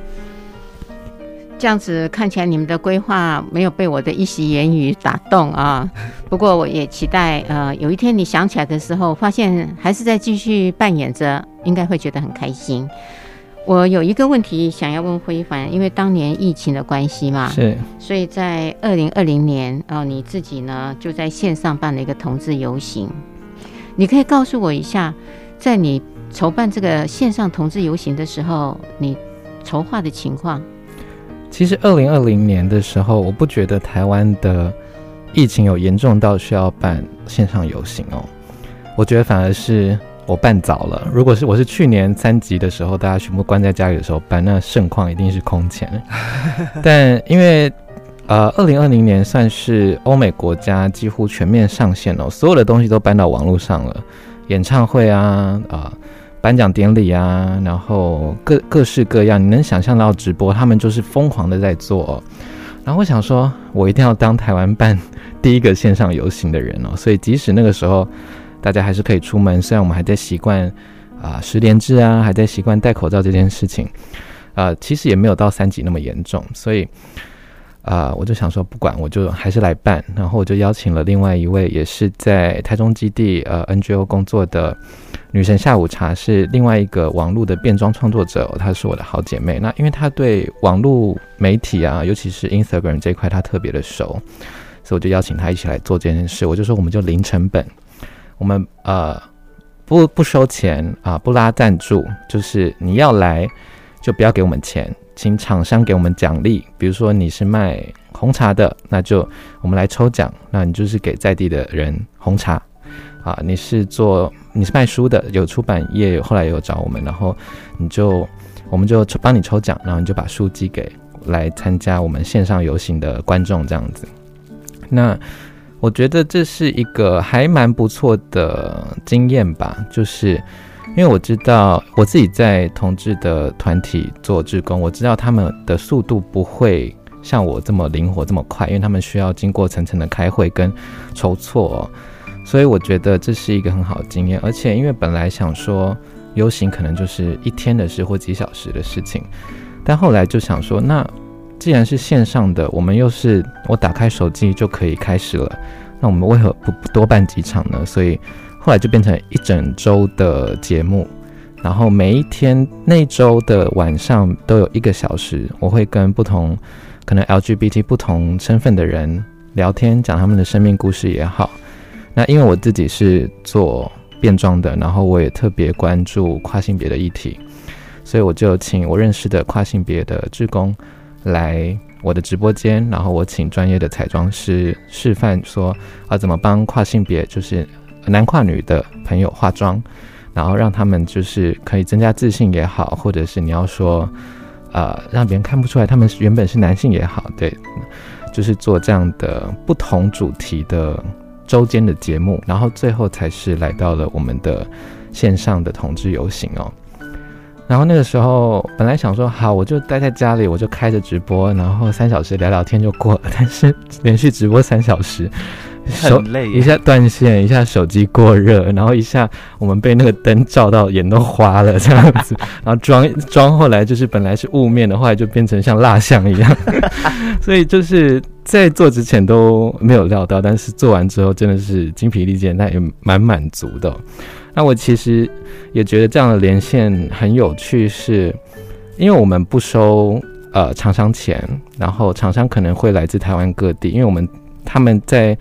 这样子看起来你们的规划没有被我的一席言语打动啊。不过我也期待，呃，有一天你想起来的时候，发现还是在继续扮演着，应该会觉得很开心。我有一个问题想要问辉凡，因为当年疫情的关系嘛， 是， 所以在二零二零年，哦，你自己呢就在线上办了一个同志游行。你可以告诉我一下，在你筹办这个线上同志游行的时候，你筹划的情况？ 其实二零二零年的时候，我不觉得台湾的疫情有严重到需要办线上游行哦，我觉得反而是我办早了。如果是我是去年三级的时候，大家全部关在家里的时候办，那盛况一定是空前。但因为呃，二零二零年算是欧美国家几乎全面上线哦，所有的东西都搬到网络上了，演唱会啊，啊、呃，颁奖典礼啊，然后各各式各样，你能想象到直播，他们就是疯狂的在做哦。然后我想说，我一定要当台湾办第一个线上游行的人哦，所以即使那个时候大家还是可以出门，虽然我们还在习惯啊实联制啊，还在习惯戴口罩这件事情，呃，其实也没有到三级那么严重，所以啊、呃，我就想说，不管我就还是来办，然后我就邀请了另外一位也是在台中基地呃 N G O 工作的女神下午茶，是另外一个网络的变装创作者、哦，她是我的好姐妹。那因为她对网络媒体啊，尤其是 Instagram 这一块，她特别的熟，所以我就邀请她一起来做这件事。我就说，我们就零成本。我们呃不不收钱啊、呃，不拉赞助，就是你要来就不要给我们钱，请厂商给我们奖励。比如说你是卖红茶的，那就我们来抽奖，那你就是给在地的人红茶啊。你是做你是卖书的，有出版业后来也有找我们，然后你就我们就帮你抽奖，然后你就把书寄给来参加我们线上游行的观众这样子。那我觉得这是一个还蛮不错的经验吧，就是因为我知道我自己在同志的团体做志工，我知道他们的速度不会像我这么灵活这么快，因为他们需要经过层层的开会跟筹措、哦，所以我觉得这是一个很好的经验。而且因为本来想说游行可能就是一天的事或几小时的事情，但后来就想说，那既然是线上的，我们又是我打开手机就可以开始了，那我们为何不多办几场呢？所以后来就变成一整周的节目，然后每一天那周的晚上都有一个小时，我会跟不同可能 L G B T 不同身份的人聊天，讲他们的生命故事也好。那因为我自己是做变装的，然后我也特别关注跨性别的议题，所以我就请我认识的跨性别的志工来我的直播间，然后我请专业的彩妆师示范说啊怎么帮跨性别就是男跨女的朋友化妆，然后让他们就是可以增加自信也好，或者是你要说呃让别人看不出来他们原本是男性也好，对，就是做这样的不同主题的周间的节目，然后最后才是来到了我们的线上的同志游行哦。然后那个时候本来想说好我就待在家里，我就开着直播，然后三小时聊聊天就过了，但是连续直播三小时很累， 一下断线，一下手机过热，然后一下我们被那个灯照到眼都花了这样子，然后妆妆后来就是本来是雾面的，后来就变成像蜡像一样所以就是在做之前都没有料到，但是做完之后真的是精疲力尽，但也蛮满足的、哦。那我其实也觉得这样的连线很有趣，是因为我们不收呃厂商钱，然后厂商可能会来自台湾各地，因为我们他们在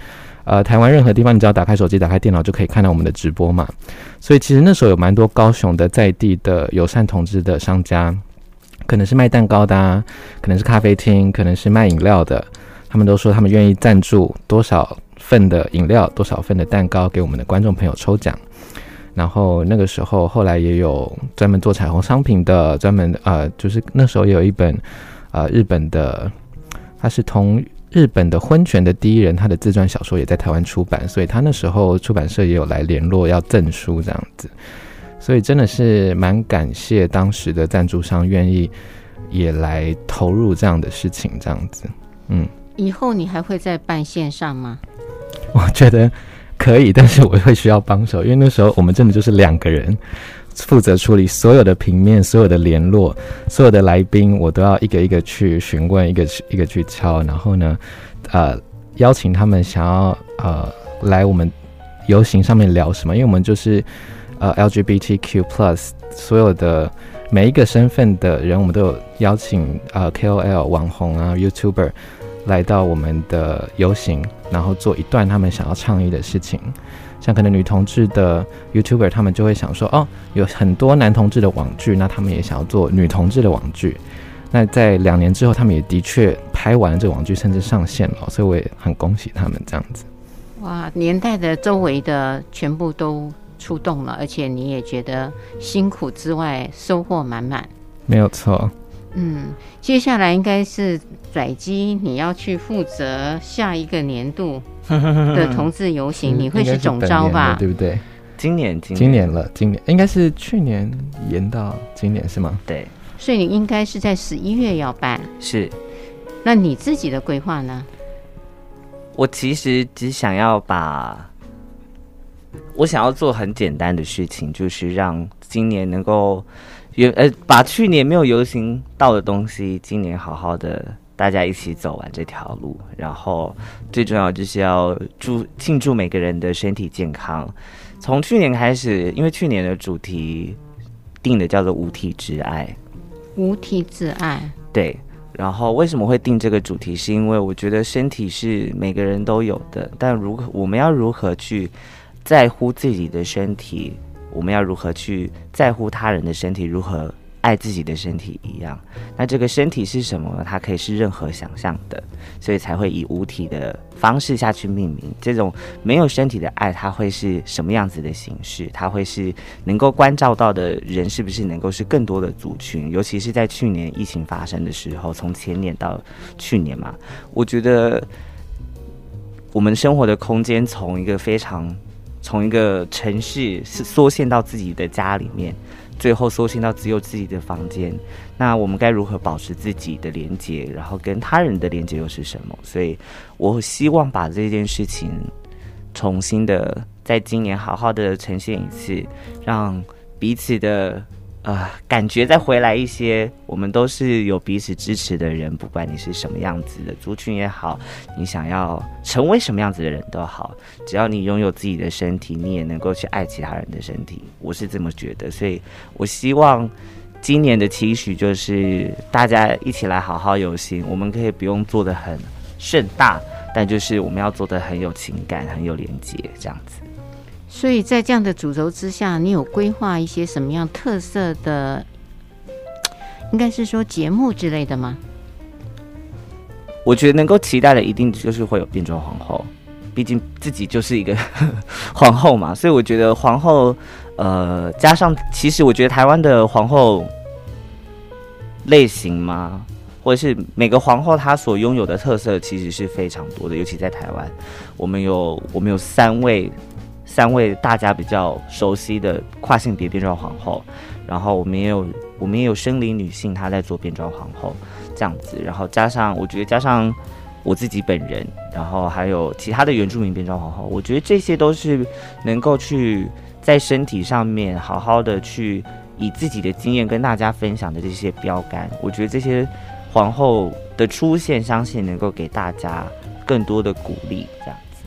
呃，台湾任何地方，你只要打开手机、打开电脑就可以看到我们的直播嘛。所以其实那时候有蛮多高雄的在地的友善同志的商家，可能是卖蛋糕的啊，可能是咖啡厅，可能是卖饮料的，他们都说他们愿意赞助多少份的饮料、多少份的蛋糕给我们的观众朋友抽奖。然后那个时候，后来也有专门做彩虹商品的，专门呃，就是那时候也有一本呃日本的，他是同日本的婚权的第一人，他的自传小说也在台湾出版，所以他那时候出版社也有来联络要赠书这样子，所以真的是蛮感谢当时的赞助商愿意也来投入这样的事情这样子。嗯， 以后你还会再办线上吗？ 我觉得可以，但是我会需要帮手，因为那时候我们真的就是两个人负责处理所有的平面、所有的联络、所有的来宾，我都要一个一个去询问，一个一个去敲，然后呢，呃，邀请他们想要呃来我们游行上面聊什么，因为我们就是呃 L G B T Q plus 所有的每一个身份的人，我们都有邀请呃 K O L 网红啊 YouTuber 来到我们的游行，然后做一段他们想要倡议的事情。像可能女同志的 YouTuber 他们就会想说，哦，有很多男同志的网剧，那他们也想要做女同志的网剧。那在两年之后，他们也的确拍完了这个网剧，甚至上线了，所以我也很恭喜他们这样子。 哇，年代的周围的全部都出动了，而且你也觉得辛苦之外收获满满。 没有错。 嗯，接下来应该是拽基，你要去负责下一个年度的同志游行，你会是总召吧？ 对不对？ 今年，今年， 今年了，今年应该是去年延到今年是吗？ 对， 所以你应该是在十一月要办。 是。 那你自己的规划呢？ 我其实只想要把，我想要做很简单的事情，就是让今年能够。呃，把去年没有游行到的东西，今年好好的大家一起走完这条路，然后最重要就是要祝庆祝每个人的身体健康。从去年开始，因为去年的主题定的叫做无体之爱， 无体之爱， 对。然后为什么会定这个主题，是因为我觉得身体是每个人都有的，但如何我们要如何去在乎自己的身体，我们要如何去在乎他人的身体，如何爱自己的身体一样。那这个身体是什么呢？它可以是任何想象的，所以才会以无体的方式下去命名。这种没有身体的爱，它会是什么样子的形式？它会是能够关照到的人是不是能够是更多的族群？尤其是在去年疫情发生的时候，从前年到去年嘛，我觉得我们生活的空间从一个非常从一个城市是缩限到自己的家里面，最后缩限到只有自己的房间。那我们该如何保持自己的连结，然后跟他人的连结又是什么？所以我希望把这件事情重新的在今年好好的呈现一次，让彼此的呃感觉再回来一些。我们都是有彼此支持的人，不管你是什么样子的族群也好，你想要成为什么样子的人都好，只要你拥有自己的身体，你也能够去爱其他人的身体。我是这么觉得，所以我希望今年的期许就是大家一起来好好游行。我们可以不用做得很盛大，但就是我们要做得很有情感，很有连结这样子。 所以在这样的主轴之下，你有规划一些什么样特色的，应该是说节目之类的吗？ 我觉得能够期待的一定就是会有变装皇后，毕竟自己就是一个皇后嘛，所以我觉得皇后呃加上其实我觉得台湾的皇后类型嘛，或者是每个皇后她所拥有的特色其实是非常多的，尤其在台湾，我们有我们有三位三位大家比较熟悉的跨性别变装皇后，然后我们也有我们也有生理女性她在做变装皇后这样子，然后加上我觉得加上我自己本人，然后还有其他的原住民变装皇后，我觉得这些都是能够去在身体上面好好的去以自己的经验跟大家分享的这些标杆，我觉得这些皇后的出现，相信能够给大家更多的鼓励这样子。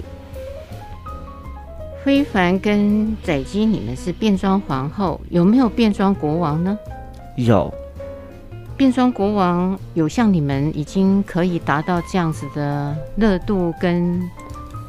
非凡跟载基你们是变装皇后，有没有变装国王呢？ 有。 变装国王有像你们已经可以达到这样子的热度跟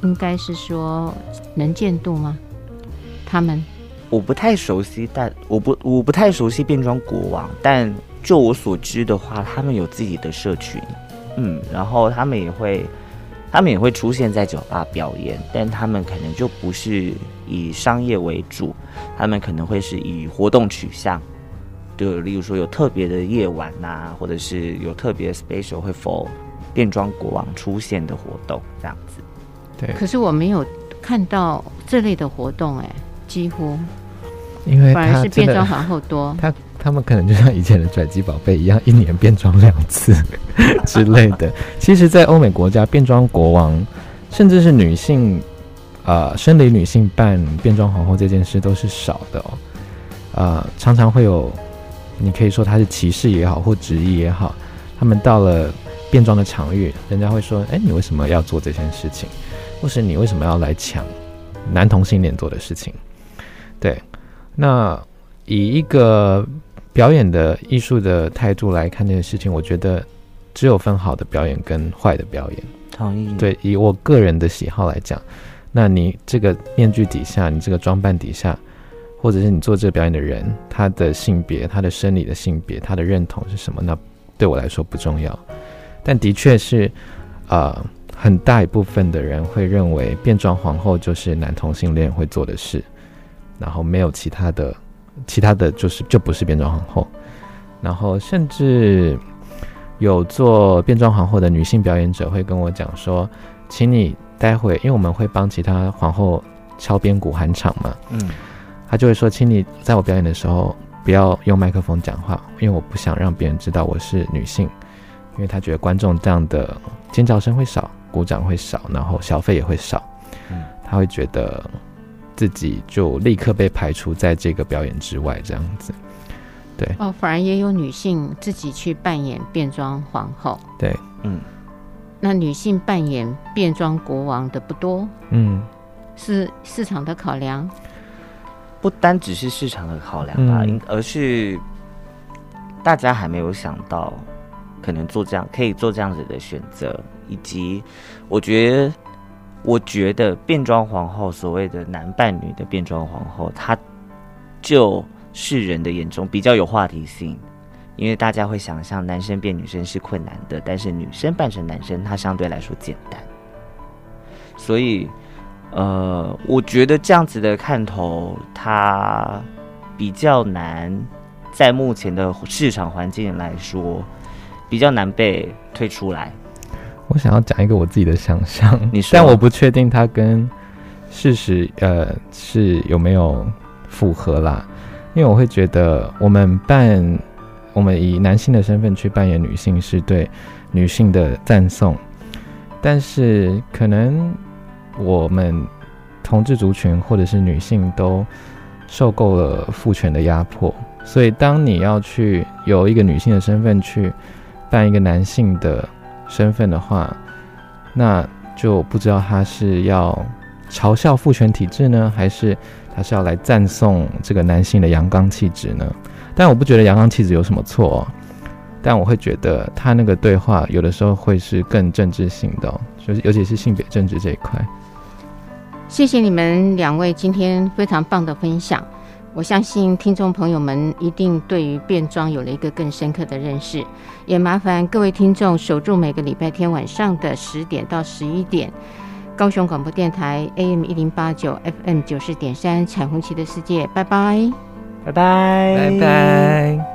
应该是说能见度吗？他们我不太熟悉，但我不我不太熟悉变装国王，但就我所知的话，他们有自己的社群，嗯，然后他们也会他们也会出现在酒吧表演，但他们可能就不是以商业为主，他们可能会是以活动取向，就例如说有特别的夜晚啊，或者是有特别 special 会 for 变装国王出现的活动这样子。 对， 可是我没有看到这类的活动，哎，几乎， 因为反而是变装皇后多。 他他们可能就像以前的拽鸡宝贝一样，一年变装两次之类的。其实，在欧美国家，变装国王甚至是女性，呃，生理女性扮变装皇后这件事都是少的哦。呃，常常会有，你可以说他是歧视也好，或质疑也好，他们到了变装的场域，人家会说：“哎，你为什么要做这件事情？或是你为什么要来抢男同性恋做的事情？”对，那以一个表演的艺术的态度来看这件事情，我觉得只有分好的表演跟坏的表演。 同意。 对，以我个人的喜好来讲，那你这个面具底下，你这个装扮底下，或者是你做这个表演的人，他的性别、他的生理的性别、他的认同是什么？那对我来说不重要。但的确是，呃，很大一部分的人会认为变装皇后就是男同性恋会做的事，然后没有其他的。其他的就是就不是变装皇后，然后甚至有做变装皇后的女性表演者会跟我讲说，请你待会，因为我们会帮其他皇后敲边鼓喊场嘛，嗯，他就会说，请你在我表演的时候不要用麦克风讲话，因为我不想让别人知道我是女性，因为他觉得观众这样的尖叫声会少，鼓掌会少，然后小费也会少，嗯，他会觉得自己就立刻被排除在这个表演之外，这样子。对哦，反而也有女性自己去扮演变装皇后。 对， 嗯， 那女性扮演变装国王的不多， 嗯， 是市场的考量， 不单只是市场的考量吧，嗯、而是大家还没有想到可能做这样可以做这样子的选择，以及我觉得。我觉得变装皇后，所谓的男扮女的变装皇后，她就世人的眼中比较有话题性，因为大家会想象男生变女生是困难的，但是女生扮成男生，它相对来说简单。所以，呃，我觉得这样子的看头，它比较难，在目前的市场环境来说，比较难被推出来。 我想要讲一个我自己的想象， 你说， 但我不确定它跟事实呃是有没有符合啦。因为我会觉得，我们扮我们以男性的身份去扮演女性，是对女性的赞颂，但是可能我们同志族群或者是女性都受够了父权的压迫，所以当你要去有一个女性的身份去扮一个男性的身份的话，那就不知道他是要嘲笑父权体制呢，还是他是要来赞颂这个男性的阳刚气质呢？但我不觉得阳刚气质有什么错哦，但我会觉得他那个对话有的时候会是更政治性的哦，就是尤其是性别政治这一块。 谢谢你们两位今天非常棒的分享，我相信听众朋友们一定对于变装有了一个更深刻的认识，也麻烦各位听众守住每个礼拜天晚上的十点到十一点，高雄广播电台 A M 一零八九 F M 九四点三彩虹旗的世界，拜拜， 拜拜， 拜拜。